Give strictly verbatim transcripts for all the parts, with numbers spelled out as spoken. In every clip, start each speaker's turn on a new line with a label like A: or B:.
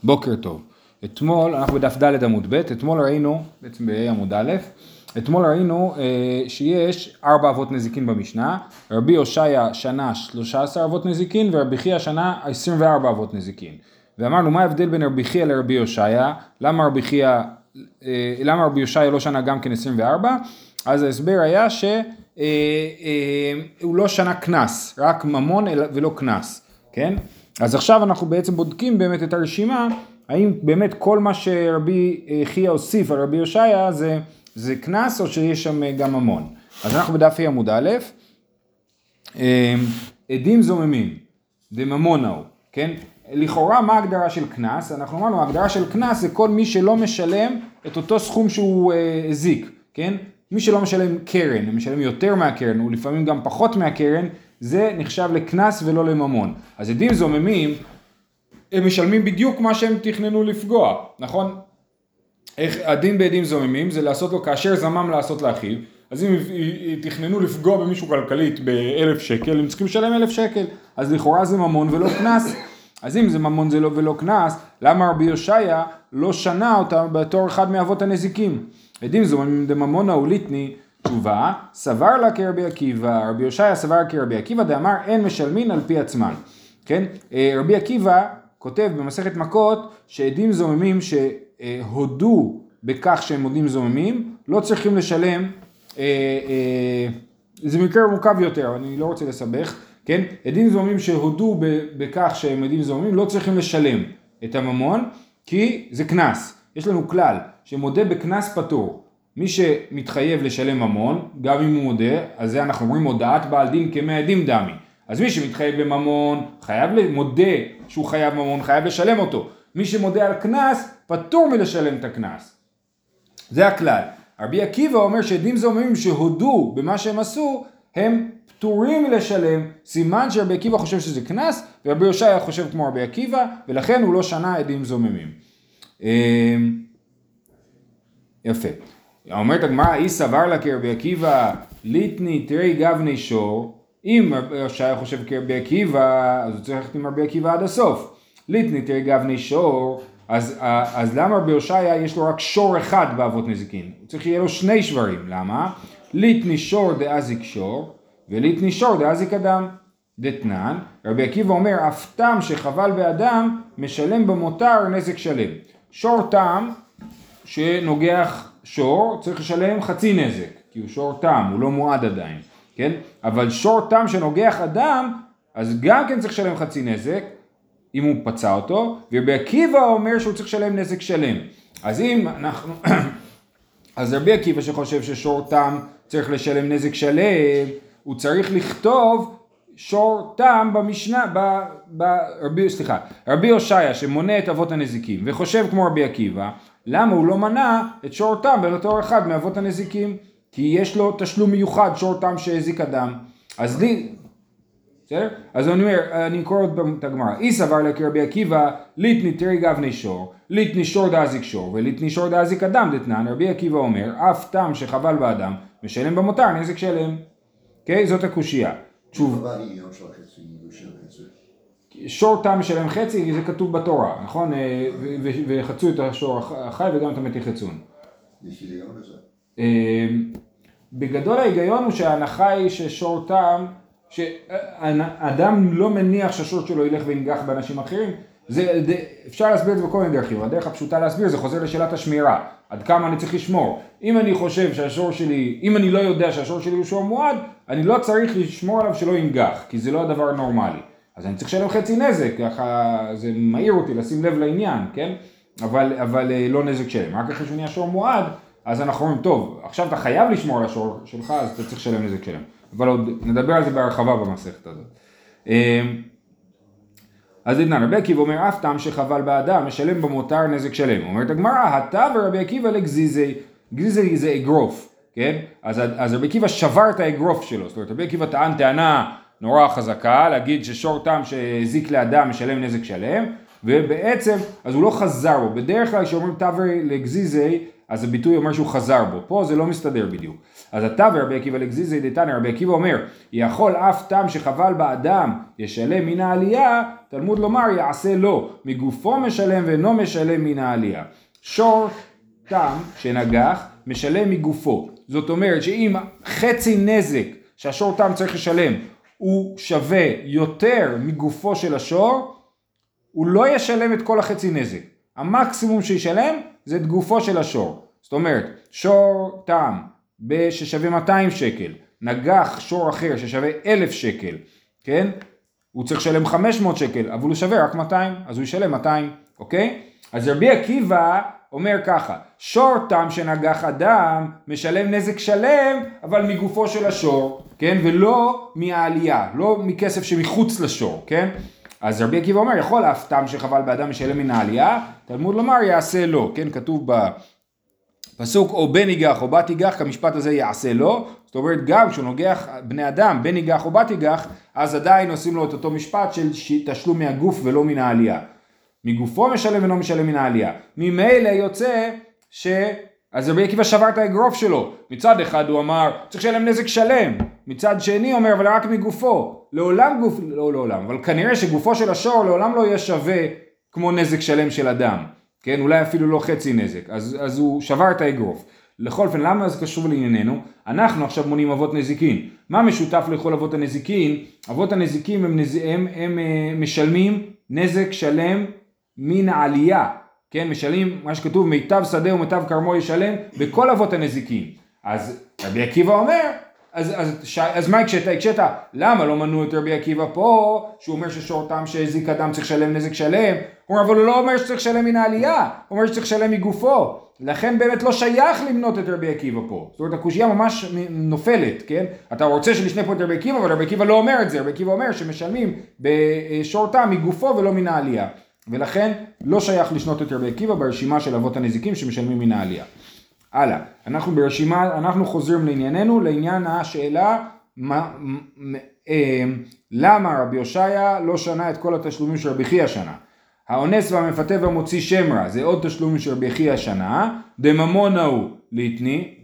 A: בוקר טוב. אתמול, אנחנו בדף ד' עמוד ב', אתמול ראינו, בעצם בעמוד א', אתמול ראינו אה, שיש ארבע אבות נזיקין במשנה, רבי הושעיה שנה שלושה עשר אבות נזיקין, ורבי חייא שנה עשרים וארבע אבות נזיקין. ואמרנו, מה ההבדל בין רבי חייא לרבי הושעיה? למה רבי חייא, אה, למה רבי הושעיה לא שנה גם כן עשרים וארבע? אז ההסבר היה שהוא אה, אה, לא שנה כנס, רק ממון ולא כנס, כן? אז עכשיו אנחנו בעצם בודקים באמת את הרשימה, האם באמת כל מה שרבי חייא הוסיף על רבי הושעיה זה, זה כנס או שיש שם גם ממון. אז אנחנו בדף ה' עמוד א', עדים זוממים, דממונה הוא, כן? לכאורה מה ההגדרה של כנס? אנחנו אמרנו, ההגדרה של כנס זה כל מי שלא משלם את אותו סכום שהוא הזיק, כן? מי שלא משלם קרן, משלם יותר מהקרן, או לפעמים גם פחות מהקרן, זה נחשב לכנס ולא לממון. אז עדים זוממים, הם משלמים בדיוק מה שהם תכננו לפגוע, נכון? איך עדים בעדים זוממים זה לעשות לו כאשר זמם לעשות לאחיו, אז אם תכננו לפגוע במישהו כלכלית באלף שקל, הם צריכים לשלם אלף שקל, אז לכאורה זה ממון ולא כנס. אז אם זה ממון זה לא ולא כנס, למה רבי הושעיה לא שנה אותה בתור אחד מאבות הנזיקים? עדים זוממים דממונה הוא ליטני, תשובה, סבר לה כרבי עקיבא, רבי הושעיה סבר כרבי עקיבא, דאמר אין משלמין על פי עצמן, כן? רבי עקיבא כותב במסכת מכות שעדים זוממים שהודו בכך שהם עדים זוממים, לא צריכים לשלם, אה, אה, זה מקרה מורכב יותר, אני לא רוצה לסבך, כן? עדים זוממים שהודו בכך שהם עדים זוממים, לא צריכים לשלם את הממון, כי זה כנס. יש לנו כלל שמודה בכנס פטור. מי שמתחייב לשלם ממון, גם אם הוא מודה, אז זה אנחנו אומרים הודעת בעל דין כמעדים דמי. אז מי שמתחייב בממון, חייב למודה שהוא חייב ממון, חייב לשלם אותו. מי שמודה על כנס, פטור מלשלם את הכנס. זה הכלל. רבי עקיבא אומר שעדים זוממים שהודו במה שהם עשו, הם פטורים מלשלם. סימן שרבי עקיבא חושב שזה כנס, ורבי הושעיה חושב כמו רבי עקיבא, ולכן הוא לא שנה עדים זוממים. יפה. אומרת הגמרא, אי סבר לה כרבי עקיבא, ליטני תרי גבני שור, אם רבי הושעיה חושב כרבי עקיבא, אז הוא צריך ללכת עם רבי עקיבא עד הסוף. ליטני תרי גבני שור, אז, אז למה רבי הושעיה יש לו רק שור אחד באבות נזיקין? הוא צריך שיהיה לו שני שברים, למה? ליטני שור דאזיק שור, וליטני שור דאזיק אדם. דתנן, רבי עקיבא אומר, אף תם שחבל באדם, משלם במותר נזק שלם. שור תם שנוגח שור, צריך לשלם חצי נזק, כי הוא שור תם, הוא לא מועד עדיין, כן? אבל שור תם שנוגח אדם, אז גם כן צריך לשלם חצי נזק, אם הוא פצע אותו, ורבי עקיבא אומר שהוא צריך לשלם נזק שלם. אז אם אנחנו, אז רבי עקיבא שחושב ששור תם צריך לשלם נזק שלם, הוא צריך לכתוב שור תם במשנה, ב, ב, רבי, סליחה, רבי הושעיה שמונה את אבות הנזיקים, וחושב כמו רבי עקיבא, למה הוא לא מנע את שור תם בתור אחד מאבות הנזיקים? כי יש לו תשלום מיוחד, שור תם שהזיק אדם. אז לי, בסדר? אז אני אומר, אני קורא עוד את הגמרא. אי סבר לה כרבי עקיבא, ליטני תרי גבני שור, ליטני שור דאזיק שור, וליטני שור דאזיק אדם. דתנן, רבי עקיבא אומר, אף תם שחבל באדם, משלם במותר נזק שלם. אוקיי? זאת הקושייה. תשוב. שור תם משלם חצי, זה כתוב בתורה, נכון? וחצו את השור החי וגם את המת יחצון.
B: יש היגיון לזה?
A: בגדול ההיגיון הוא שההנחה היא ששור תם, שאדם לא מניח שהשור שלו ילך וינגח באנשים אחרים, זה, אפשר להסביר את זה בכל מיני דרכים, הדרך הפשוטה להסביר זה חוזר לשאלת השמירה, עד כמה אני צריך לשמור. אם אני חושב שהשור שלי, אם אני לא יודע שהשור שלי הוא שור מועד, אני לא צריך לשמור עליו שלא ינגח, כי זה לא הדבר הנורמלי. אז אני צריך לשלם חצי נזק, ככה זה מהיר אותי לשים לב לעניין, כן? אבל, אבל לא נזק שלם. רק אחרי שהוא נהיה שור מועד, אז אנחנו אומרים, טוב, עכשיו אתה חייב לשמור על השור שלך, אז אתה צריך לשלם נזק שלם. אבל עוד נדבר על זה בהרחבה במסכת הזאת. אז דתנן, רבי עקיבא אומר, אף תם שחבל באדם, משלם במותר נזק שלם. אומרת הגמרא, הטה ורבי עקיבא לגזיזי, גזיזי זה אגרוף, כן? אז, אז רבי עקיבא שבר את האגרוף שלו, זאת אומרת, רבי עקיבא טען טענה נורא חזקה, להגיד ששור תם שהזיק לאדם משלם נזק שלם, ובעצם, אז הוא לא חזר בו. בדרך כלל כשאומרים טה ולגזיזי, אז הביטוי אומר שהוא חזר בו. פה זה לא מסתדר בדיוק. אז אתה ורבי עקיבא לגזיזי דתניא, רבי עקיבא אומר, יכול אף תם שחבל באדם ישלם מן העלייה, תלמוד לומר יעשה לו, מגופו משלם ואינו משלם מן העלייה. שור תם שנגח משלם מגופו, זאת אומרת שאם חצי נזק שהשור תם צריך לשלם הוא שווה יותר מגופו של השור, הוא לא ישלם את כל החצי נזק. המקסימום שישלם זה את גופו של השור. זאת אומרת, שור תם ששווה מאתיים שקל, נגח שור אחר ששווה אלף שקל, כן? הוא צריך לשלם חמש מאות שקל, אבל הוא שווה רק מאתיים, אז הוא ישלם מאתיים, אוקיי? אז רבי עקיבא אומר ככה, שור תם שנגח אדם משלם נזק שלם, אבל מגופו של השור, כן? ולא מהעלייה, לא מכסף שמחוץ לשור, כן? אז רבי עקיבא אומר, יכול אף תם שחבל באדם משלם מן העלייה, תלמוד לומר יעשה לו, כן? כתוב בפסוק או בן ייגח או בת ייגח, כמשפט הזה יעשה לו, זאת אומרת גם כשהוא נוגח בני אדם, בן ייגח או בת ייגח, אז עדיין עושים לו את אותו משפט של תשלום מהגוף ולא מן העלייה. מגופו משלם ולא משלם מן העלייה. ממילא יוצא ש... אז רבי עקיבא שבר את האגרוף שלו. מצד אחד הוא אמר, צריך לשלם נזק שלם. מצד שני אומר, אבל רק מגופו. לעולם גוף, לא לעולם, אבל כנראה שגופו של השור לעולם לא יהיה שווה כמו נזק שלם של אדם. כן, אולי אפילו לא חצי נזק. אז, אז הוא שבר את האגרוף. לכל פן, למה זה קשור לענייננו? אנחנו עכשיו מונים אבות נזיקין. מה משותף לכל אבות הנזיקין? אבות הנזיקין הם, נז... הם, הם, הם משלמים נזק שלם מן העלייה. כן, משלמים מה שכתוב מיטב שדה ומיטב כרמו ישלם בכל אבות הנזיקין. אז רבי עקיבא אומר, אז, אז, ש... אז מה הקשת? הקשת, למה לא מנו את רבי עקיבא פה, שהוא אומר ששור תם שהזיק אדם צריך לשלם נזק שלם? הוא אומר, אבל הוא לא אומר שצריך לשלם מן העלייה, הוא אומר שצריך לשלם מגופו. לכן באמת לא שייך למנות את רבי עקיבא פה. זאת אומרת, הקושיה ממש נופלת, כן? אתה רוצה שנשנה פה את רבי עקיבא, אבל רבי עקיבא לא אומר את זה. רבי עקיבא אומר שמשלמים בשור תם מגופו ולא מן העלייה. ולכן לא שייך לשנות את רבי עקיבא ברשימה של אבות הנזיקים שמשלמים מן העלייה. הלאה, אנחנו ברשימה, אנחנו חוזרים לענייננו, לעניין השאלה, מה, אה, למה רבי הושעיה לא שנה את כל התשלומים של רבי חייא שנה? האונס והמפתה והמוציא שמרה, זה עוד תשלומים של רבי חייא שנה, דממון הוא ליתני,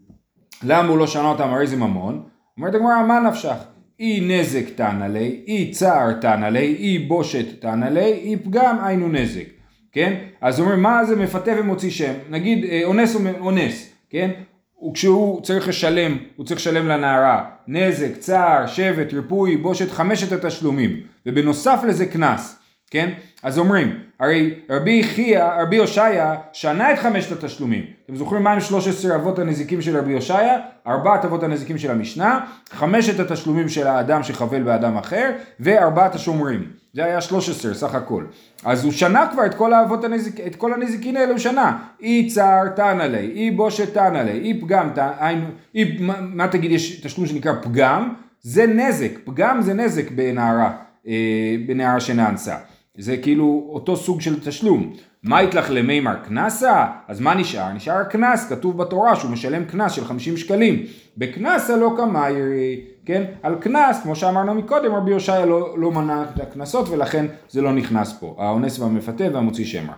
A: למה הוא לא שנה אותם, הרי זה ממון? אומרת הגמרא, מה נפשך? אי נזק תנא לי, אי צער תנא לי, אי בושת תנא לי, אי פגם היינו נזק, כן? אז הוא אומר, מה זה מפתה ומוציא שם? נגיד, אונס הוא אונס, כן? וכשהוא צריך לשלם, הוא צריך לשלם לנערה, נזק, צער, שבט, ריפוי, בושת, חמשת התשלומים, ובנוסף לזה כנס, כן? אז אומרים, הרי רבי חייא, רבי הושעיה, שנה את חמשת התשלומים. אתם זוכרים מה הם שלוש עשרה אבות הנזיקים של רבי הושעיה? ארבעת אבות הנזיקים של המשנה, חמשת התשלומים של האדם שחבל באדם אחר, וארבעת השומרים. זה היה שלוש עשרה סך הכל. אז הוא שנה כבר את כל האבות הנזיק, את כל הנזיקין האלה הוא שנה. אי צער תנא לי, אי בושת תנא לי, אי פגם, אי, מה, מה תגיד, יש תשלום שנקרא פגם? זה נזק, פגם זה נזק בנערה, אה, בנערה שנאנסה. זה כאילו אותו סוג של תשלום. מה יתלך למימר כנסה? אז מה נשאר? נשאר כנס, כתוב בתורה שהוא משלם כנס של חמישים שקלים. בכנסה לא כמיירי, כן? על כנס, כמו שאמרנו מקודם, רבי הושעיה לא, לא מנע את הכנסות ולכן זה לא נכנס פה. האונס והמפתה והמוציא שמר.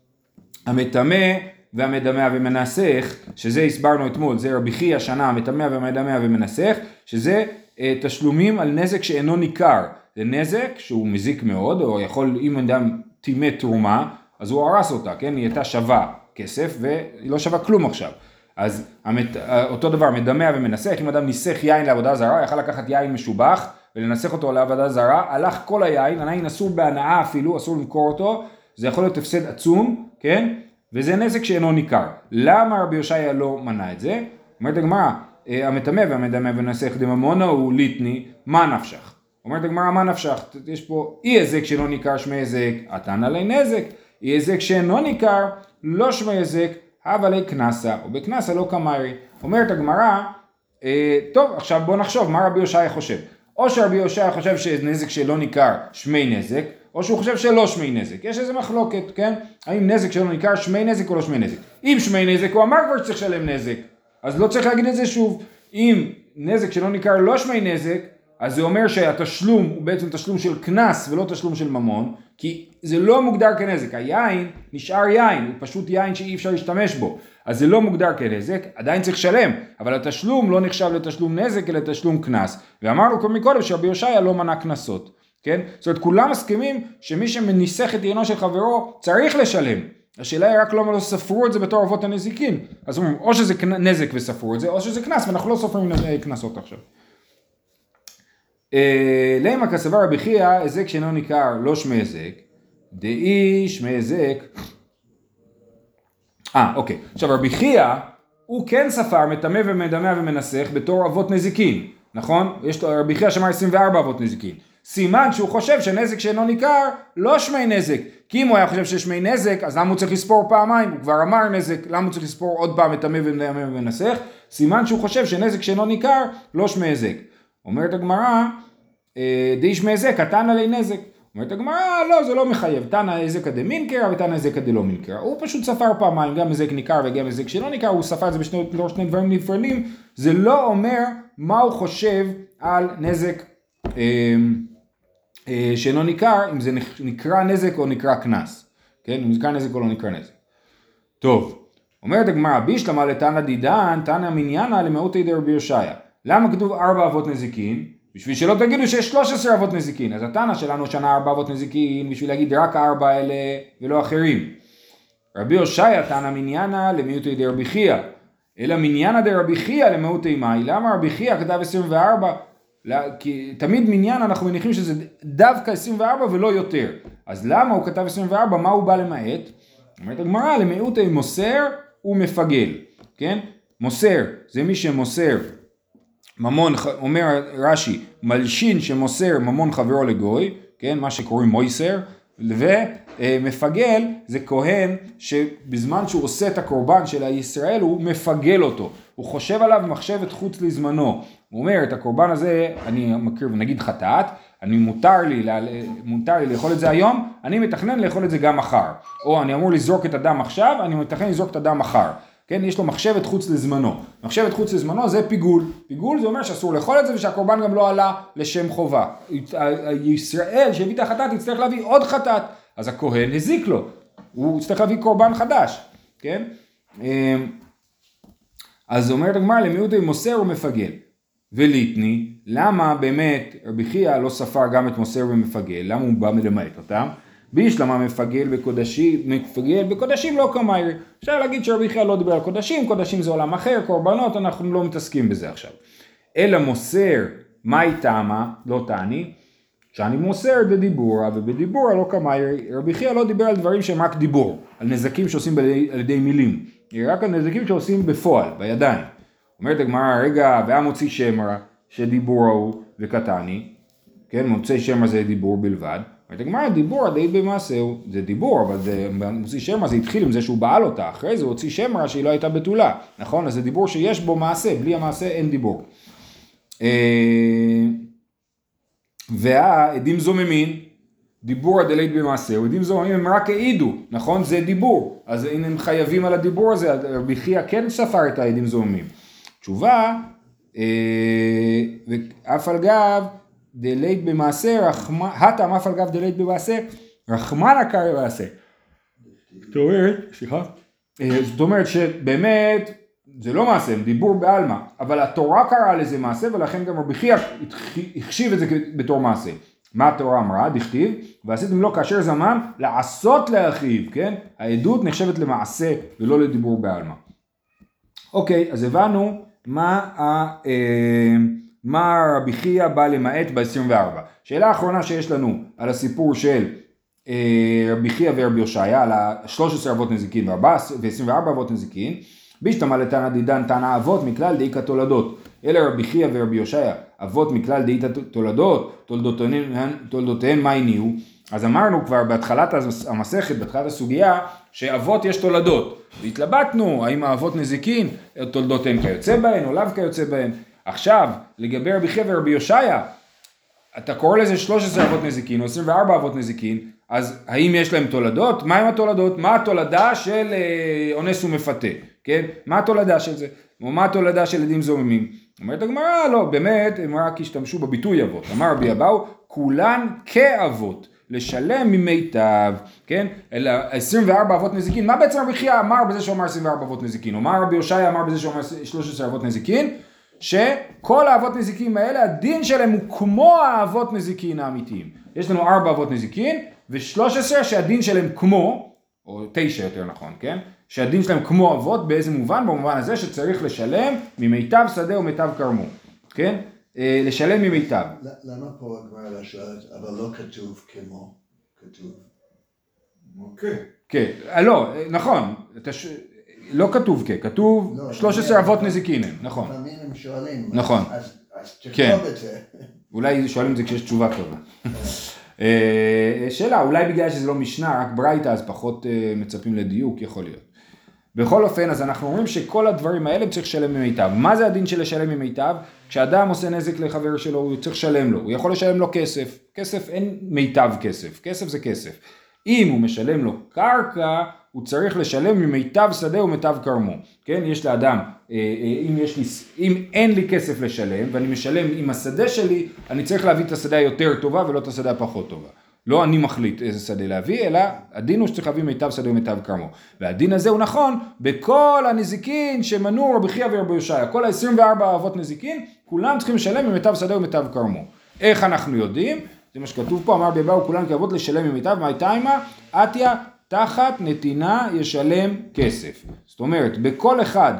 A: המטמא והמדמע ומנסח, שזה הסברנו אתמול, זה רבי חייא שנה, המטמא והמדמע ומנסח, שזה אה, תשלומים על נזק שאינו ניכר. זה נזק שהוא מזיק מאוד, או יכול, אם אדם טימא תרומה, אז הוא הרס אותה, כן? היא הייתה שווה כסף, והיא לא שווה כלום עכשיו. אז המת, אותו דבר, מדמע ומנסח, אם אדם ניסח יין לעבודה זרה, יכל לקחת יין משובח, ולנסח אותו לעבודה זרה, הלך כל היין, היין אסור בהנאה אפילו, אסור למכור אותו, זה יכול להיות הפסד עצום, כן? וזה נזק שאינו ניכר. למה רבי הושעיה לא מנע את זה? אומרת הגמרא, המטמא והמדמע ומנסח דממון הוא ליתני, מה נפשך? אומרת הגמרא, מה נפשך? יש פה אי הזק שלא ניכר שמי הזק, התנא לי נזק, אי הזק שאינו ניכר, לא שמי הזק, הווה לי כנסה, או בכנסה לא כמיירי. אומרת הגמרא, אה, טוב, עכשיו בוא נחשוב, מה רבי הושעיה חושב? או שרבי הושעיה חושב שנזק שלא ניכר שמי נזק, או שהוא חושב שלא שמי נזק. יש איזה מחלוקת, כן? האם נזק שלא ניכר שמי נזק או לא שמי נזק? אם שמי נזק, הוא אמר כבר שצריך לשלם נזק, אז לא צריך להגיד את זה שוב. אם נזק שלא ניכר לא שמי נזק, אז זה אומר שהתשלום הוא בעצם תשלום של קנס ולא תשלום של ממון, כי זה לא מוגדר כנזק, היין נשאר יין, הוא פשוט יין שאי אפשר להשתמש בו, אז זה לא מוגדר כנזק, עדיין צריך לשלם, אבל התשלום לא נחשב לתשלום נזק אלא לתשלום קנס, ואמרנו כבר מקודם שרבי יושעיה לא מנע קנסות, כן? זאת אומרת כולם מסכימים שמי שמניסח את עיינו של חברו צריך לשלם, השאלה היא רק למה לא ספרו את זה בתור אבות הנזיקין, אז אומרים או שזה נזק וספרו את זה, או שזה קנס ואנחנו לא סופרים קנסות עכשיו. למה כסבר רבי חייא, היזק שאינו ניכר לא שמי היזק, דאי שמי היזק, אה אוקיי, עכשיו רבי חייא הוא כן ספר מטמא ומדמה ומנסח בתור אבות נזיקין, נכון? יש לו רבי חייא שמר עשרים וארבע אבות נזיקין, סימן שהוא חושב שנזק שאינו ניכר לא שמי נזק, כי אם הוא היה חושב ששמי נזק אז למה הוא צריך לספור פעמיים, הוא כבר אמר נזק, למה הוא צריך לספור עוד פעם מטמא ומדמה ומנסח, סימן שהוא חושב שנזק שאינו ניכר לא שמי היזק. אומרת הגמרא, די שמי היזק, תנא לי נזק. אומרת הגמרא, לא, זה לא מחייב, תנא היזק דמינקרא ותנא היזק דלא מינקרא. הוא פשוט ספר פעמיים, גם היזק ניכר וגם היזק שלא ניכר, הוא ספר את זה בשני לא שני דברים נפרדים, זה לא אומר מה הוא חושב על נזק אה, אה, שאינו ניכר, אם זה נקרא נזק או נקרא קנס. כן, אם נקרא נזק או לא נקרא נזק. טוב, אומרת הגמרא, בישלמה לתנא דידן, תנא מניינא למאותי דרבי יושעיה. למה כתוב ארבע אבות נזיקין? בשביל שלא תגידו שיש שלוש עשרה אבות נזיקין. אז התנא שלנו שנה ארבע אבות נזיקין, בשביל להגיד רק הארבע האלה ולא אחרים. רבי יושעיה תנא מניינא למאותי דרבי חייא. אלא מניינא דרבי חייא למאותי מאי. למה רבי חייא כתב עשרים וארבע? כי תמיד מניין אנחנו מניחים שזה דווקא עשרים וארבע ולא יותר. אז למה הוא כתב עשרים וארבע? מה הוא בא למעט? אומרת הגמרא, למאותי מוסר ומפגל. כן? מוסר זה מי שמוסר ממון, אומר רש"י, מלשין שמוסר ממון חברו לגוי, כן, מה שקוראים מויסר, ומפגל זה כהן שבזמן שהוא עושה את הקורבן של הישראל הוא מפגל אותו, הוא חושב עליו מחשבת חוץ לזמנו, הוא אומר את הקורבן הזה, אני מקריב נגיד חטאת, אני מותר לי, מותר לי לאכול את זה היום, אני מתכנן לאכול את זה גם מחר, או אני אמור לזרוק את הדם עכשיו, אני מתכנן לזרוק את הדם מחר. כן, יש לו מחשבת חוץ לזמנו. מחשבת חוץ לזמנו זה פיגול. פיגול זה אומר שאסור לאכול את זה ושהקורבן גם לא עלה לשם חובה. ישראל שהביא את החטאת יצטרך להביא עוד חטאת. אז הכהן הזיק לו. הוא יצטרך להביא קורבן חדש. כן? אז אומרת הגמרא למאותי מוסר ומפגל. וליטני, למה באמת רבי חייא לא ספר גם את מוסר ומפגל? למה הוא בא מלמעט אותם? בישלמה מפגל בקודשים, מפגל בקודשים לא כמיירי. אפשר להגיד שרבי חייא לא דיבר על קודשים, קודשים זה עולם אחר, קורבנות, אנחנו לא מתעסקים בזה עכשיו. אלא מוסר, מה היא טעמה? לא תעני. שאני מוסר בדיבורה, ובדיבורה לא כמיירי. רבי חייא לא דיבר על דברים שהם רק דיבור, על נזקים שעושים על ידי מילים. רק על נזקים שעושים בפועל, בידיים. אומרת הגמרא, רגע, והיה מוציא שמרה, שדיבורה הוא וקטני. כן, מוציא שמרה זה דיבור בלבד. אומרת הגמרא, דיבור די במעשהו, זה דיבור, אבל זה, מוציא שמרה זה התחיל עם זה שהוא בעל אותה, אחרי זה הוא הוציא שמרה שהיא לא הייתה בתולה, נכון? אז זה דיבור שיש בו מעשה, בלי המעשה אין דיבור. והעדים זוממין, דיבור דלית במעשהו, עדים זוממין הם רק העידו, נכון? זה דיבור, אז אם הם חייבים על הדיבור הזה, רבי חייא כן ספר את העדים זוממים. תשובה, ואף על גב, דלית במעשה, הטעם אף על גב דלית במעשה, רחמנא קרעי במעשה. זאת אומרת, סליחה, זאת אומרת שבאמת זה לא מעשה, הם דיבור בעלמא, אבל התורה קראה לזה מעשה, ולכן גם רבי חייא החשיב את זה בתור מעשה. מה התורה אמרה? דכתיב, ועשיתם לו כאשר זמן לעשות לאחיו, כן? העדות נחשבת למעשה ולא לדיבור בעלמא. אוקיי, אז הבנו מה ה... מה רבי חייא בא למעט ב-עשרים וארבע. שאלה האחרונה שיש לנו על הסיפור של אה, רבי חייא ורבי יושעיה, על ה-שלוש עשרה אבות נזיקין ו-עשרים וארבע אבות נזיקין, בישתמא לתנא דידן תנא אבות מכלל דאיכא תולדות. אלה רבי חייא ורבי יושעיה, אבות מכלל דאיכא תולדות, תולדותיהן, תולדותיהן מה הניעו? אז אמרנו כבר בהתחלת המסכת, בהתחלת הסוגיה, שאבות יש תולדות. והתלבטנו, האם האבות נזיקין, תולדותיהן כיוצא בהן או לאו כיוצא בהן. עכשיו, לגבי רבי חייא ורבי יושעיה, אתה קורא לזה שלוש עשרה אבות נזיקין או עשרים וארבע אבות נזיקין, אז האם יש להם תולדות? מה עם התולדות? מה התולדה של אה, אונס ומפתה? כן? כן? מה התולדה של זה? או מה התולדה של עדים זוממים? אומרת הגמרא, לא, באמת, הם רק השתמשו בביטוי אבות. אמר רבי אבאו, כולן כאבות, לשלם ממיטב, כן? אלא עשרים וארבע אבות נזיקין. מה בעצם רבי חייא אמר בזה שהוא אמר עשרים וארבע אבות נזיקין? או מה רבי הושעיה אמר בזה שהוא אמר שלוש עשרה אבות נזיקין? שכל האבות נזיקין האלה, הדין שלהם הוא כמו האבות נזיקין האמיתיים. יש לנו ארבע אבות נזיקין, ו-שלוש עשרה שהדין שלהם כמו, או תשע יותר נכון, כן? שהדין שלהם כמו אבות, באיזה מובן? במובן הזה שצריך לשלם ממיטב שדה ומיטב כרמו, כן? אה, לשלם ממיטב.
B: למה פה הגמרא שואלת, אבל לא כתוב כמו, כתוב?
C: אוקיי.
A: כן, לא, נכון, לא כתוב כ, כתוב שלוש עשרה אבות נזיקין, נכון.
B: לפעמים הם שואלים,
A: נכון.
B: אז תכתוב את זה.
A: אולי שואלים את זה כשיש תשובה טובה. שאלה, אולי בגלל שזה לא משנה, רק ברייתא, אז פחות מצפים לדיוק, יכול להיות. בכל אופן, אז אנחנו אומרים שכל הדברים האלה צריך לשלם ממיטב. מה זה הדין של לשלם ממיטב? כשאדם עושה נזק לחבר שלו, הוא צריך לשלם לו. הוא יכול לשלם לו כסף. כסף אין מיטב כסף. כסף זה כסף. אם הוא משלם לו קרקע, הוא צריך לשלם ממיטב שדה ומיטב כרמו. כן? יש לאדם, אם, יש לי, אם אין לי כסף לשלם, ואני משלם עם השדה שלי, אני צריך להביא את השדה היותר טובה ולא את השדה הפחות טובה. לא אני מחליט איזה שדה להביא, אלא הדין הוא שצריך להביא מיטב שדה ומיטב כרמו. והדין הזה הוא נכון בכל הנזיקין שמנו רבי חייא ורבי הושעיה. כל ה-עשרים וארבע אבות נזיקין, כולם צריכים לשלם ממיטב שדה ומיטב כרמו. איך אנחנו יודעים? זה מה שכתוב פה, אמר ביבאו כולם כאבות לשלם ממיטב, מה הייתה עמה? עטיה תחת נתינה ישלם כסף. זאת אומרת, בכל אחד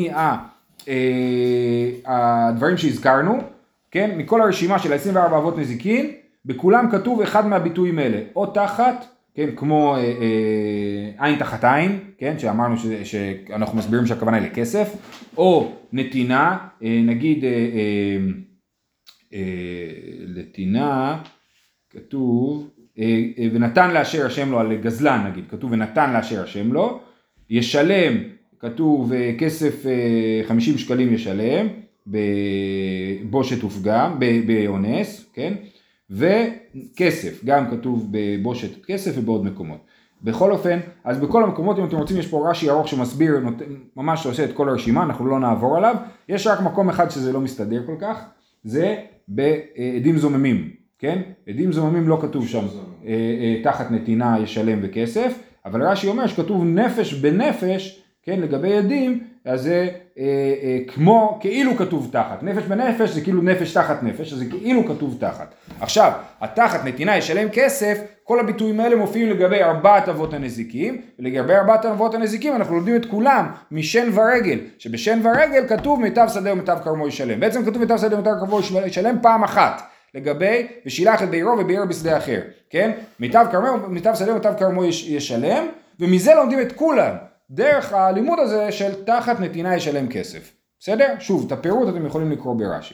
A: מהדברים שהזכרנו, כן? מכל הרשימה של ה-עשרים וארבע אבות נזיקין, בכולם כתוב אחד מהביטויים האלה, או תחת, כן, כמו אה, אה, עין תחת עין, כן, שאמרנו ש, שאנחנו מסבירים שהכוונה היא לכסף, או נתינה, אה, נגיד, אה, אה, אה, נתינה, כתוב, אה, אה, ונתן לאשר השם לו על גזלן, נגיד, כתוב ונתן לאשר השם לו, ישלם, כתוב אה, כסף אה, חמישים שקלים ישלם, בבושת ופגם, באונס, כן, וכסף, גם כתוב בבושת כסף ובעוד מקומות. בכל אופן, אז בכל המקומות, אם אתם רוצים, יש פה רש"י ארוך שמסביר, ממש עושה את כל הרשימה, אנחנו לא נעבור עליו, יש רק מקום אחד שזה לא מסתדר כל כך, זה בעדים זוממים, כן? עדים זוממים לא כתוב שם, תחת נתינה ישלם וכסף, אבל רש"י אומר שכתוב נפש בנפש, כן, לגבי עדים, אז זה אה, אה, כמו, כאילו כתוב תחת. נפש בנפש זה כאילו נפש תחת נפש, אז זה כאילו כתוב תחת. עכשיו, התחת נתינה ישלם כסף, כל הביטויים האלה מופיעים לגבי ארבעת אבות הנזיקים, ולגבי ארבעת אבות הנזיקים אנחנו לומדים את כולם משן ורגל, שבשן ורגל כתוב מיטב שדה ומיטב כרמו ישלם. בעצם כתוב מיטב שדה ומיטב כרמו ישלם פעם אחת, לגבי ושילח את בעירו ובעיר בשדה אחר, כן? מיטב כרמו, מיטב שדה ומיטב כרמו ישלם, ומזה לומדים את כולם. דרך הלימוד הזה של תחת נתינה ישלם כסף. בסדר? שוב, את הפירוט אתם יכולים לקרוא ברש"י.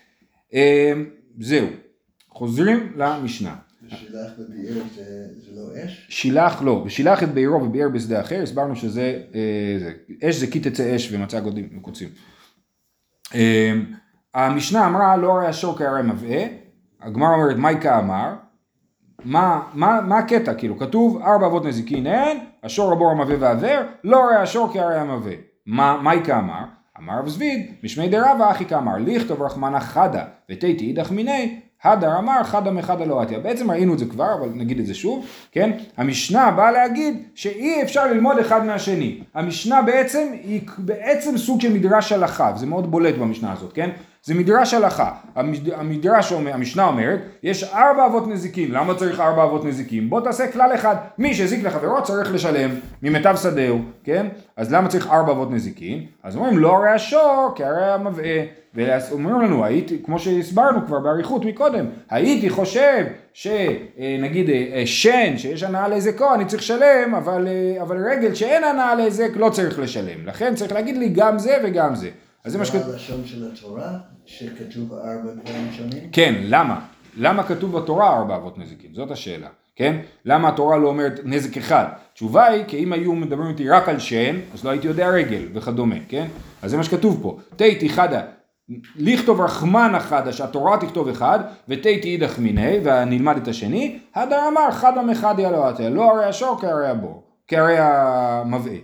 A: זהו. חוזרים למשנה.
B: ושילח בבאר זה, זה לא אש?
A: שילח לא. ושילח את בעירו ובאר בשדה אחר, הסברנו שזה, זה. אש זה כי תצא אש ומצא גודים מקוצים. המשנה אמרה לא הרי השור כהרי מבעה. הגמרא אומרת מייקה אמר. מה, מה, מה הקטע? כאילו, כתוב ארבע אבות נזיקין אין, השור הבור המבעה והעבר, לא הרי השור כהרי המבעה. מה, מייקה אמר? אמר רב זביד, משמי דרבא אחי כאמר, לכתוב רחמנא חדה, ותיתי אידך מיני, הדר אמר חדה מחדה לא עטיה. בעצם ראינו את זה כבר, אבל נגיד את זה שוב, כן? המשנה באה להגיד שאי אפשר ללמוד אחד מהשני. המשנה בעצם היא בעצם סוג של מדרש הלכה, וזה מאוד בולט במשנה הזאת, כן? זה מדרש הלכה. המדרש, המשנה אומרת, יש ארבע אבות נזיקין. למה צריך ארבע אבות נזיקין? בוא תעשה כלל אחד. מי שהזיק לחברו צריך לשלם ממיטב שדהו, כן? אז למה צריך ארבע אבות נזיקין? אז אומרים, לא הרי השור, כי הרי המבעה. ואומרים לנו, הייתי, כמו שהסברנו כבר בעריכות מקודם, הייתי חושב שנגיד שן, שיש הנאה להיזקו, אני צריך לשלם, אבל, אבל רגל שאין הנאה להיזק לא צריך לשלם. לכן צריך להגיד לי גם זה וגם זה. אז זה מה שכתוב.
B: זה הלשון של התורה, שכתוב ארבע דברים שונים?
A: כן, למה? למה כתוב בתורה ארבע אבות נזיקין? זאת השאלה, כן? למה התורה לא אומרת נזק אחד? תשובה היא, כי אם היו מדברים איתי רק על שן, אז לא הייתי יודע רגל וכדומה, כן? אז זה מה שכתוב פה. תיתי חדה, לכתוב רחמנא חדה, שהתורה תכתוב אחד, ותיתי אידך מיני, ונלמד את השני, הדר אמר חדה מחדיה לא עטיה, לא הרי השור כהרי הבור, כהרי המבעה.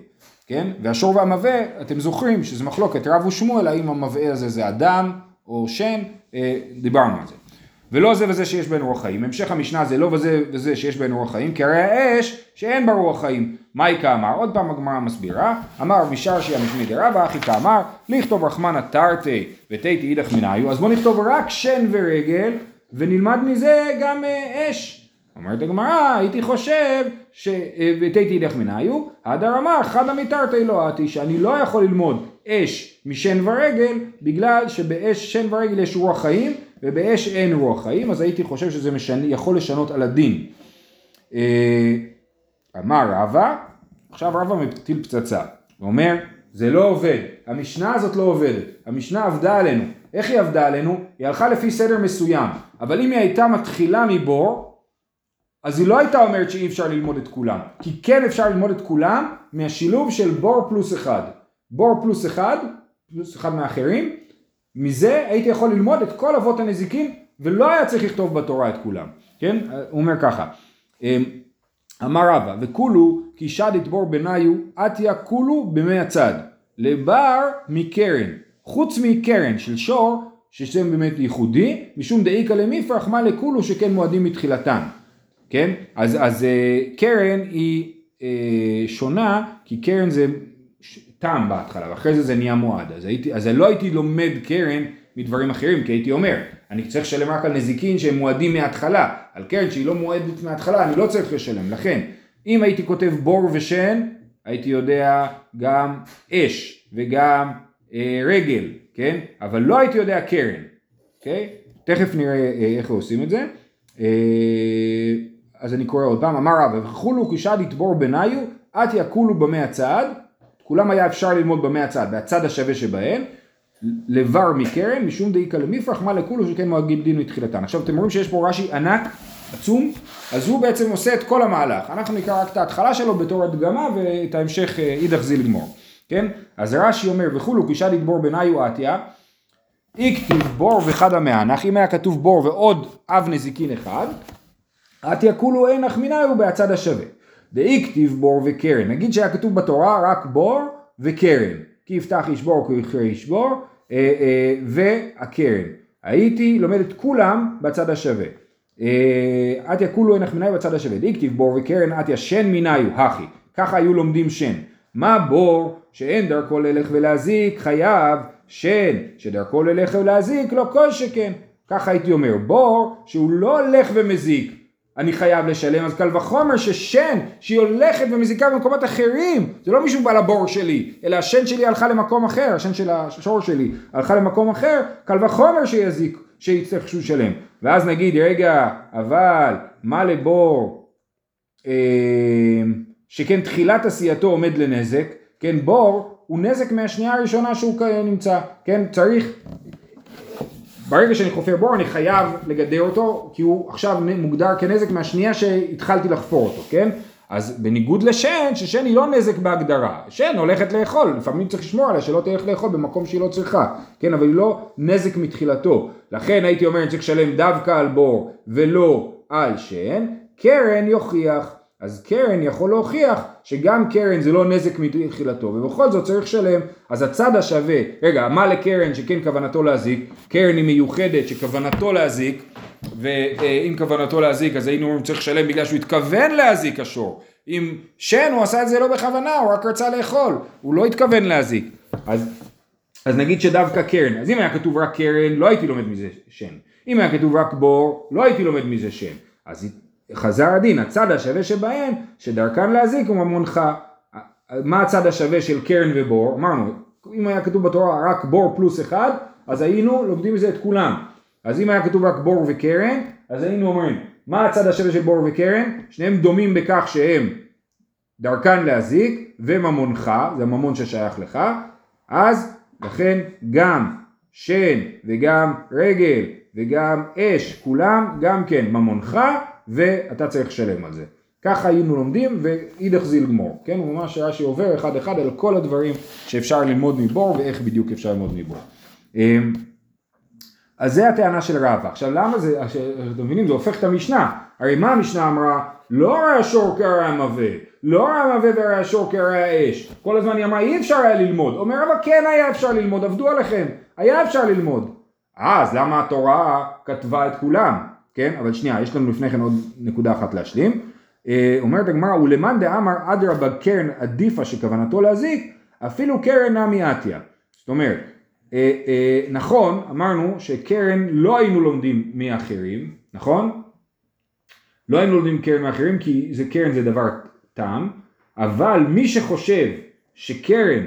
A: כן? והשור והמווה, אתם זוכרים שזה מחלוקת רב ושמואל, האם המווה הזה זה אדם או שן, דיברנו על זה. ולא זה וזה שיש בין רוח חיים. המשך המשנה זה לא וזה וזה שיש בין רוח חיים, כי הרי האש שאין בה רוח חיים. מהי כאמר? עוד פעם הגמרא מסבירה, אמר משרשיה משמי דרבא, אחי כאמר, לכתוב רחמנא תרתי ותיתי אידך מנהיו, אז בוא נכתוב רק שן ורגל, ונלמד מזה גם אש. אומרת הגמרא, הייתי חושב ותיתי אידך מנהיו, הדר אמר, חדא מתרתי לא עתי, שאני לא יכול ללמוד אש משן ורגל, בגלל שבאש שן ורגל יש רוח חיים, ובאש אין רוח חיים, אז הייתי חושב שזה משנה, יכול לשנות על הדין. אמר רבא, עכשיו רבא מטיל פצצה, הוא אומר, זה לא עובד, המשנה הזאת לא עובדת, המשנה עבדה עלינו, איך היא עבדה עלינו? היא הלכה לפי סדר מסוים, אבל אם היא הייתה מתחילה מבור, אז היא לא הייתה אומרת שאי אפשר ללמוד את כולם, כי כן אפשר ללמוד את כולם מהשילוב של בור פלוס אחד, בור פלוס אחד, פלוס אחד מאחרים, מזה הייתי יכול ללמוד את כל אבות הנזיקין, ולא היה צריך לכתוב בתורה את כולם, כן? הוא אומר ככה, אמר רבא, וכולו כי שד יתבור בניו, עתיה כולו במי הצד, לבר מקרן, חוץ מקרן של שור, שזה באמת ייחודי, משום דאיקה למיפרח מה לכולו שכן מועדים מתחילתן, כן? אז, אז קרן היא אה, שונה, כי קרן זה טעם בהתחלה, ואחרי זה זה נהיה מועד, אז, הייתי, אז לא הייתי לומד קרן מדברים אחרים, כי הייתי אומר, אני צריך לשלם רק על נזיקין שהם מועדים מההתחלה, על קרן שהיא לא מועדת מההתחלה, אני לא צריך לשלם, לכן, אם הייתי כותב בור ושן, הייתי יודע גם אש, וגם אה, רגל, כן? אבל לא הייתי יודע קרן, אוקיי? תכף נראה אה, איך עושים את זה, אה, אז אני קורא עוד פעם, אמר רבא, וכולו כשד יתבור בניו, עתיה כולו במי הצד, כולם היה אפשר ללמוד במי הצד, והצד השווה שבהם, לבר מקרן, משום דאיקה למיפרח, מה לכולו שכן מועדים דין מתחילתן. עכשיו אתם רואים שיש פה רש"י ענק, עצום, אז הוא בעצם עושה את כל המהלך. אנחנו נקרא רק את ההתחלה שלו בתור הדגמה, ואת ההמשך אידך זיל גמור. כן? אז רש"י אומר, וכולו כשד יתבור בניו עתיה, הכתיב בור וחד המענך, אם היה כתוב בור ועוד אב נזיקין אחד, עתיה כולו אין אחמיניו בהצד השווה. דאיקטיב בור וקרן, נגיד שהיה כתוב בתורה רק בור וקרן, כי יפתח ישבור כי יחר ישבור, אה, אה, והקרן. הייתי לומד את כולם בצד השווה. עתיה כולו אין אחמיניו בצד השווה. דאיקטיב בור וקרן עתיה שן מיניו, הכי. ככה היו לומדים שן. מה בור שאין דרכו ללך ולהזיק, חייב שן שדרכו ללך ולהזיק, לא כל שכן. ככה הייתי אומר, בור שהוא לא הולך ומזיק, אני חייב לשלם, אז קל וחומר ששן שהיא הולכת ומזיקה במקומות אחרים, זה לא מישהו בא לבור שלי, אלא השן שלי הלכה למקום אחר, השן של השור שלי הלכה למקום אחר, קל וחומר שיזיק, שיצטרך שהוא שלם. ואז נגיד, רגע, אבל מה לבור אה, שכן תחילת עשייתו עומד לנזק, כן, בור הוא נזק מהשנייה הראשונה שהוא נמצא, כן, צריך... ברגע שאני חופר בור אני חייב לגדר אותו, כי הוא עכשיו מוגדר כנזק מהשנייה שהתחלתי לחפור אותו, כן? אז בניגוד לשן, ששן היא לא נזק בהגדרה, שן הולכת לאכול, לפעמים צריך לשמור עליה שלא תלך לאכול במקום שהיא לא צריכה, כן? אבל היא לא נזק מתחילתו, לכן הייתי אומר אני צריך לשלם דווקא על בור ולא על שן, קרן יוכיח, אז קרן יכול להוכיח שגם קרן זה לא נזק מתחילתו, ובכל זאת צריך לשלם, אז הצד השווה, רגע, מה לקרן שכן כוונתו להזיק? קרן היא מיוחדת שכוונתו להזיק, ואם כוונתו להזיק אז היינו צריך לשלם בגלל שהוא התכוון להזיק השור, אם שן הוא עשה את זה לא בכוונה, הוא רק רצה לאכול, הוא לא התכוון להזיק, אז, אז נגיד שדווקא קרן, אז אם היה כתוב רק קרן לא הייתי לומד מזה שן, אם היה כתוב רק בור לא הייתי לומד מזה שן, אז חזר הדין, הצד השווה שבהם, שדרכן להזיק הוא ממונך. מה הצד השווה של קרן ובור? אמרנו, אם היה כתוב בתורה רק בור פלוס אחד, אז היינו לומדים מזה את כולם. אז אם היה כתוב רק בור וקרן, אז היינו אומרים, מה הצד השווה של בור וקרן? שניהם דומים בכך שהם דרכן להזיק וממונך, זה הממון ששייך לך, אז לכן גם שן וגם רגל וגם אש, כולם גם כן ממונך, ואתה צריך לשלם על זה. ככה היינו לומדים ואידך זיל גמור. כן, הוא ממש רש"י עובר אחד אחד על כל הדברים שאפשר ללמוד מבור ואיך בדיוק אפשר ללמוד מבור. אז זה הטענה של רבא. עכשיו למה זה, אתם מבינים, זה הופך את המשנה. הרי מה המשנה אמרה? לא השור קרא המווה, לא ראה המעבה וראה השור כראה האש. כל הזמן היא אמרה, אי אפשר היה ללמוד. אומר רבא, כן היה אפשר ללמוד, עבדו עליכם. היה אפשר ללמוד. אה, אז למה התורה כתבה את כולם? כן, אבל שנייה, יש לנו לפני כן עוד נקודה אחת להשלים. אומרת הגמרא, ולמאן דאמר אדרבה קרן עדיפה שכוונתו להזיק, אפילו קרן נמי עטיה. זאת אומרת, אה, אה, נכון, אמרנו שקרן לא היינו לומדים מאחרים, נכון? לא היינו לומדים קרן מאחרים כי זה קרן זה דבר תם, אבל מי שחושב שקרן,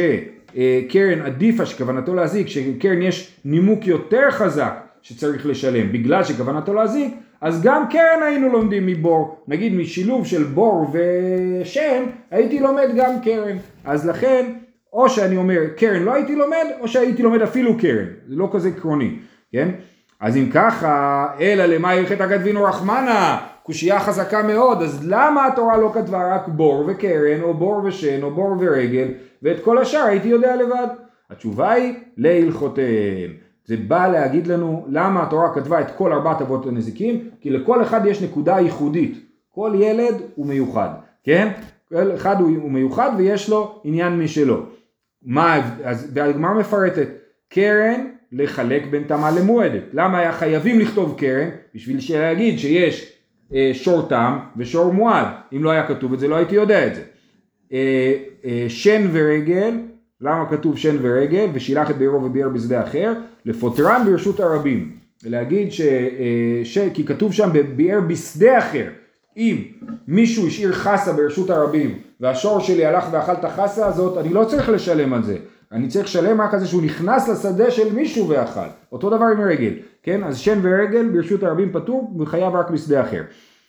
A: שקרן עדיפה שכוונתו להזיק, שקרן יש נימוק יותר חזק שצריך לשלם בגלל שכוונתו להזיק, אז גם קרן היינו לומדים מבור, נגיד משילוב של בור ושן, הייתי לומד גם קרן, אז לכן או שאני אומר קרן לא הייתי לומד, או שהייתי לומד אפילו קרן, זה לא כזה עקרוני, כן? אז אם ככה, אלא למה הלכת הכתבינו רחמנה, קושייה חזקה מאוד, אז למה התורה לא כתבה רק בור וקרן, או בור ושן, או בור ורגל, ואת כל השאר הייתי יודע לבד? התשובה היא, להלכותיהם. זה בא להגיד לנו למה התורה כתבה את כל ארבעת אבות הנזיקים, כי לכל אחד יש נקודה ייחודית, כל ילד הוא מיוחד, כן? כל אחד הוא מיוחד ויש לו עניין משלו. מה, אז, והגמרא מפרטת, קרן לחלק בין תמה למועדת. למה היה חייבים לכתוב קרן? בשביל להגיד שיש אה, שור תם ושור מועד. אם לא היה כתוב את זה, לא הייתי יודע את זה. אה, אה, שן ורגל, למה כתוב שן ורגל? ושילח את בירו וביער בשדה אחר, לפוטרם ברשות הרבים. ולהגיד ש, אה, ש... כי כתוב שם ביער בשדה אחר. אם מישהו השאיר חסה ברשות הרבים, והשור שלי הלך ואכל את החסה הזאת, אני לא צריך לשלם על זה. אני צריך לשלם רק על זה שהוא נכנס לשדה של מישהו ואכל. אותו דבר עם רגל, כן? אז שן ורגל ברשות הרבים פטור, וחייב רק בשדה אחר.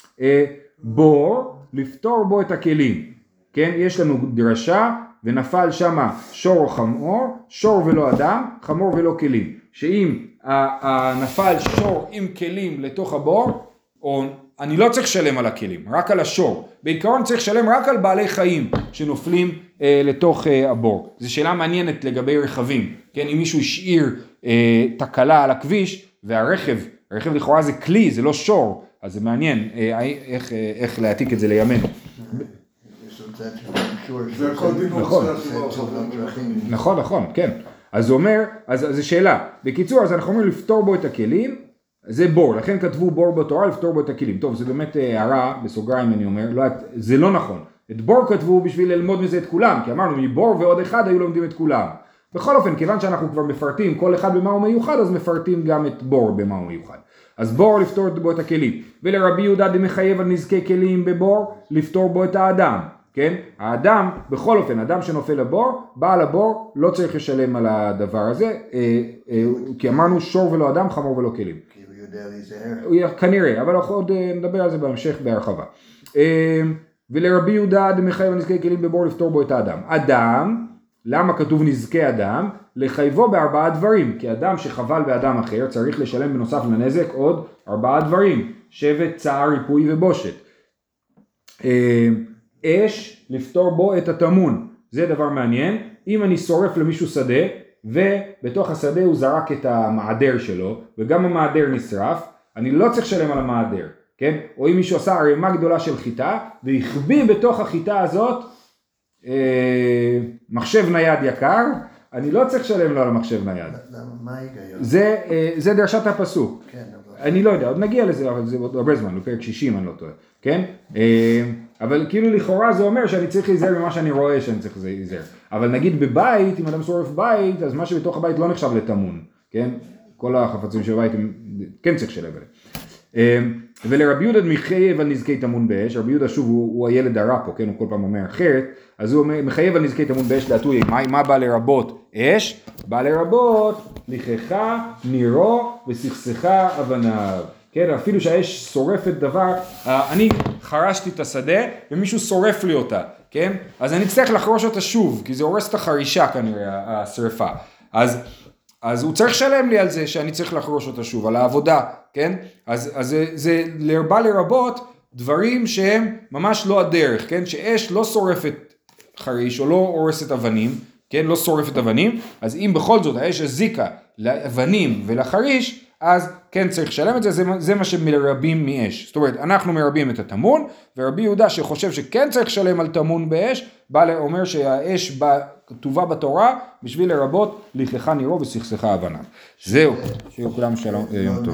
A: בור, לפתור בו את הכלים, כן? יש לנו דרשה, ונפל שמה שור או חמור, שור ולא אדם, חמור ולא כלים. שאם נפל שור עם כלים לתוך הבור, או אני לא צריך לשלם על הכלים, רק על השור. בעיקרון צריך לשלם רק על בעלי חיים שנופלים אה, לתוך אה, הבור. זו שאלה מעניינת לגבי רכבים. כן, אם מישהו השאיר אה, תקלה על הכביש, והרכב, הרכב לכאורה זה כלי, זה לא שור, אז זה מעניין אה, איך, אה, איך להעתיק את זה לימינו.
C: זה הכל דיבור
A: נכון. נכון, נכון, כן. אז זה אומר, אז זו שאלה. בקיצור, אז אנחנו אומרים לפתור בו את הכלים, זה בור, לכן כתבו בור בתורה לפתור בו את הכלים. טוב, זה באמת הערה, בסוגריים אני אומר, לא, זה לא נכון. את בור כתבו בשביל ללמוד מזה את כולם, כי אמרנו מבור ועוד אחד היו לומדים את כולם. בכל אופן, כיוון שאנחנו כבר מפרטים כל אחד במה הוא מיוחד, אז מפרטים גם את בור במה הוא מיוחד. אז בור לפתור בו את הכלים. ולרבי יהודה דמחייב על נזקי כלים בבור, לפתור בו את האדם. כן? האדם, בכל אופן, אדם שנופל לבור, בעל הבור לא צריך לשלם על הדבר הזה, אה, אה, כי אמרנו שור ולא אדם, חמור ולא כלים.
B: כי הוא יודע להיזהר.
A: כנראה, אבל אנחנו עוד נדבר על זה בהמשך בהרחבה. אה, ולרבי יהודה דמחייב על נזקי כלים בבור, לפתור בו את האדם. אדם, למה כתוב נזקי אדם? לחייבו בארבעה דברים, כי אדם שחבל באדם אחר צריך לשלם בנוסף לנזק עוד ארבעה דברים, שבט, צער, ריפוי ובושת. אה, אש, לפתור בו את התמון, זה דבר מעניין. אם אני שורף למישהו שדה, ובתוך השדה הוא זרק את המעדר שלו, וגם המעדר נשרף, אני לא צריך לשלם על המעדר, כן? או אם מישהו עשה ערימה גדולה של חיטה, והחביא בתוך החיטה הזאת, אה, מחשב נייד יקר, אני לא צריך לשלם לו על המחשב נייד.
B: מה ההיגיון?
A: זה, אה, זה דרשת הפסוק.
B: כן, אבל...
A: אני לא יודע, עוד נגיע לזה, אבל זה עוד הרבה זמן, לפרק שישים אני לא טועה, כן? אבל כאילו לכאורה זה אומר שאני צריך להיזהר ממה שאני רואה שאני צריך להיזהר. אבל נגיד בבית, אם אדם שורף בית, אז מה שבתוך הבית לא נחשב לתמון, כן? כל החפצים של הבית הם כן צריך לשלם עליהם. ולרבי יהודה מחייב על נזקי תמון באש, רבי יהודה שוב הוא, הוא הילד הרע פה, כן? הוא כל פעם אומר אחרת, אז הוא מחייב על נזקי תמון באש דעתו, מה, מה בא לרבות אש? בא לרבות לכחה, נירו וסכסכה אבניו. כן, אפילו שהאש שורפת דבר, אני חרשתי את השדה ומישהו שורף לי אותה, כן? אז אני צריך לחרוש אותה שוב, כי זה הורס את החרישה כנראה, השריפה. אז, אז הוא צריך לשלם לי על זה שאני צריך לחרוש אותה שוב, על העבודה, כן? אז, אז זה, זה בא לרבות דברים שהם ממש לא הדרך, כן? שאש לא שורפת חריש או לא הורסת אבנים, כן? לא שורפת אבנים, אז אם בכל זאת האש הזיקה לאבנים ולחריש, אז כן צריך לשלם את זה, זה, זה מה שמרבים מאש. זאת אומרת, אנחנו מרבים את התמון, ורבי יהודה שחושב שכן צריך לשלם על תמון באש, בא לאומר שהאש כתובה בתורה, בשביל לרבות לכחה נירו וסכסכה הבנה. זהו, שיהיה כולם שלום, יום טוב.